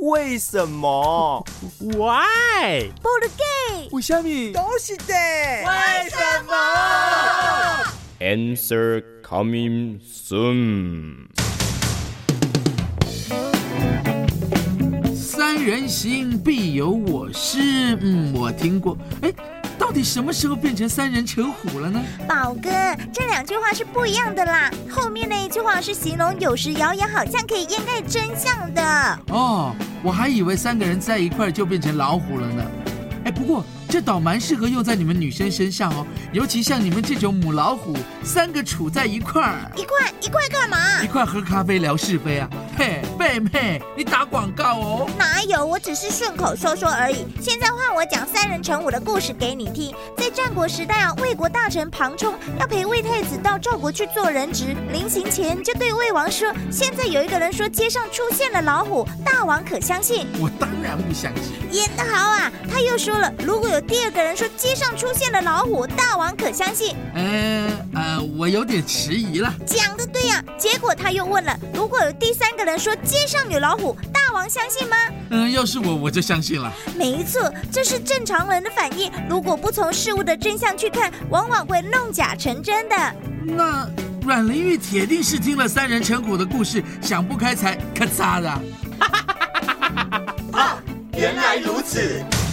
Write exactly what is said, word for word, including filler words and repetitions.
为什么 ？Why？ 不了给？ 为什么？ 都是的。 为什么 ？Answer coming soon。 三人行必有我师，嗯，我听过。哎，到底什么时候变成三人成虎了呢？ 宝哥，这两句话是不一样的啦。后面那一句话是形容有时谣言好像可以掩盖真相的。 哦，我还以为三个人在一块就变成老虎了呢。哎，不过这倒蛮适合用在你们女生身上哦，尤其像你们这种母老虎，三个处在一块儿， 一块一块干嘛？ 一块喝咖啡聊是非啊。嘿，贝妹，你打广告哦？ 哪有，我只是顺口说说而已。现在换我讲三人成虎的故事给你听。在战国时代啊，魏国大臣庞冲要陪魏太子到赵国去做人质，临行前就对魏王说：“现在有一个人说街上出现了老虎，大王可相信？” 我当然不相信。 演得好啊！他又说了，如果有第二个人说街上出现了老虎，大王可相信？ 呃呃，我有点迟疑了。 讲得对呀、啊！结果他又问了，如果有第三个人说街上有老虎，大王相信吗？ 嗯，要是我，我就相信了。 没错，这是正常人的反应。如果不从事物的真相去看，往往会弄假成真的。 那阮玲玉铁定是听了三人成虎的故事，想不开才咔嚓的。 啊，原来如此。